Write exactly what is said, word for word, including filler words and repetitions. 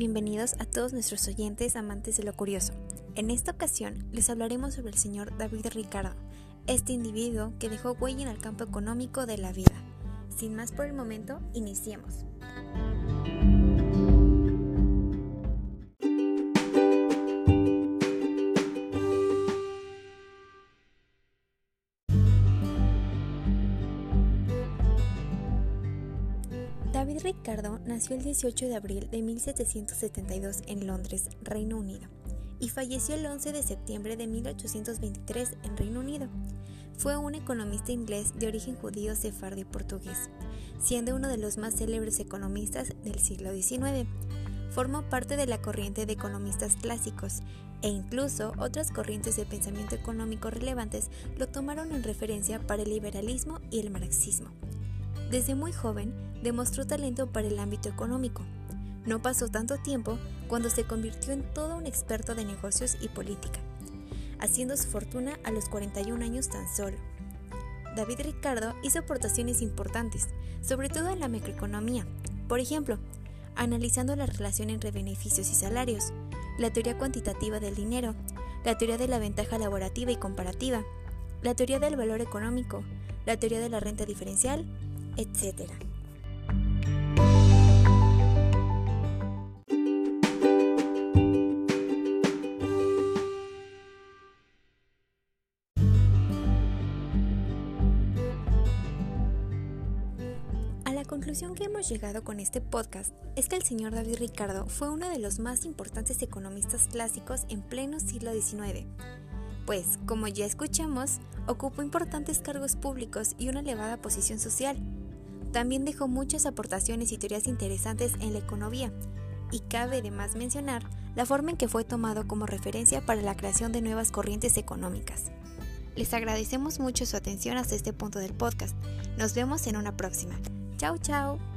bienvenidos a todos nuestros oyentes amantes de lo curioso. En esta ocasión les hablaremos sobre el señor David Ricardo, este individuo que dejó huella en el campo económico de la vida. Sin más por el momento, iniciemos. David Ricardo nació el dieciocho de abril de mil setecientos setenta y dos en Londres, Reino Unido, y falleció el once de septiembre de mil ochocientos veintitrés en Reino Unido. Fue un economista inglés de origen judío, sefardí y portugués, siendo uno de los más célebres economistas del siglo diecinueve. Formó parte de la corriente de economistas clásicos, e incluso otras corrientes de pensamiento económico relevantes lo tomaron en referencia para el liberalismo y el marxismo. Desde muy joven demostró talento para el ámbito económico. No pasó tanto tiempo cuando se convirtió en todo un experto de negocios y política, haciendo su fortuna a los cuarenta y un años tan solo. David Ricardo hizo aportaciones importantes, sobre todo en la macroeconomía, por ejemplo, analizando la relación entre beneficios y salarios, la teoría cuantitativa del dinero, la teoría de la ventaja laborativa y comparativa, la teoría del valor económico, la teoría de la renta diferencial, etcétera. A la conclusión que hemos llegado con este podcast es que el señor David Ricardo fue uno de los más importantes economistas clásicos en pleno siglo diecinueve, pues, como ya escuchamos, ocupó importantes cargos públicos y una elevada posición social. También dejó muchas aportaciones y teorías interesantes en la economía, y cabe además mencionar la forma en que fue tomado como referencia para la creación de nuevas corrientes económicas. Les agradecemos mucho su atención hasta este punto del podcast. Nos vemos en una próxima. Chao, chao.